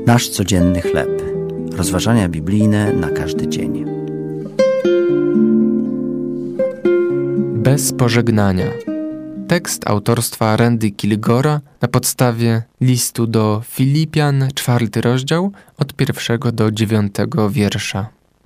Nasz codzienny chleb. Rozważania biblijne na każdy dzień. Bez pożegnania. Tekst autorstwa Randy Kilgora na podstawie listu do Filipian, 4 rozdział, od 1 do 9 wiersza.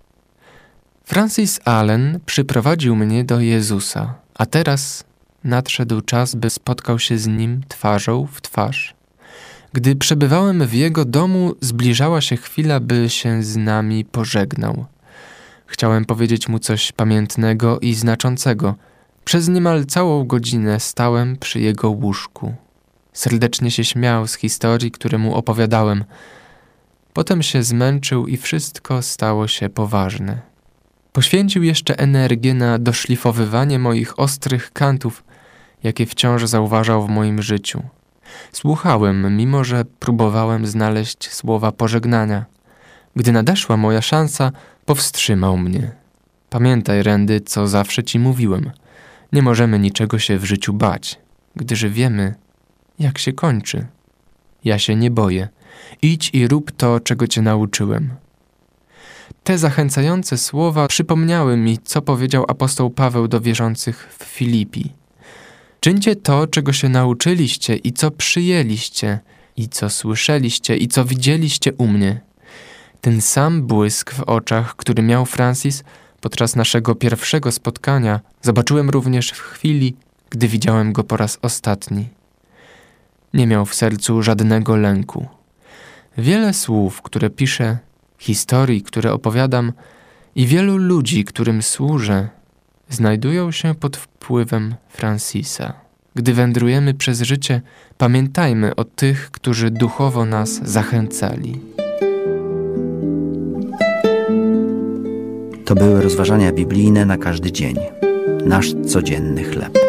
Francis Allen przyprowadził mnie do Jezusa, a teraz nadszedł czas, by spotkał się z Nim twarzą w twarz. Gdy przebywałem w Jego domu, zbliżała się chwila, by się z nami pożegnał. Chciałem powiedzieć Mu coś pamiętnego i znaczącego. Przez niemal całą godzinę stałem przy Jego łóżku. Serdecznie się śmiał z historii, które Mu opowiadałem. Potem się zmęczył i wszystko stało się poważne. Poświęcił jeszcze energię na doszlifowywanie moich ostrych kantów, jakie wciąż zauważał w moim życiu. Słuchałem, mimo że próbowałem znaleźć słowa pożegnania. Gdy nadeszła moja szansa, powstrzymał mnie. Pamiętaj, Randy, co zawsze ci mówiłem. Nie możemy niczego się w życiu bać, gdyż wiemy, jak się kończy. Ja się nie boję. Idź i rób to, czego cię nauczyłem. Te zachęcające słowa przypomniały mi, co powiedział apostoł Paweł do wierzących w Filipi. Czyńcie to, czego się nauczyliście i co przyjęliście, i co słyszeliście, i co widzieliście u mnie. Ten sam błysk w oczach, który miał Francis podczas naszego pierwszego spotkania, zobaczyłem również w chwili, gdy widziałem go po raz ostatni. Nie miał w sercu żadnego lęku. Wiele słów, które piszę, historii, które opowiadam i wielu ludzi, którym służę, znajdują się pod wpływem Francisa. Gdy wędrujemy przez życie, pamiętajmy o tych, którzy duchowo nas zachęcali. To były rozważania biblijne na każdy dzień. Nasz codzienny chleb.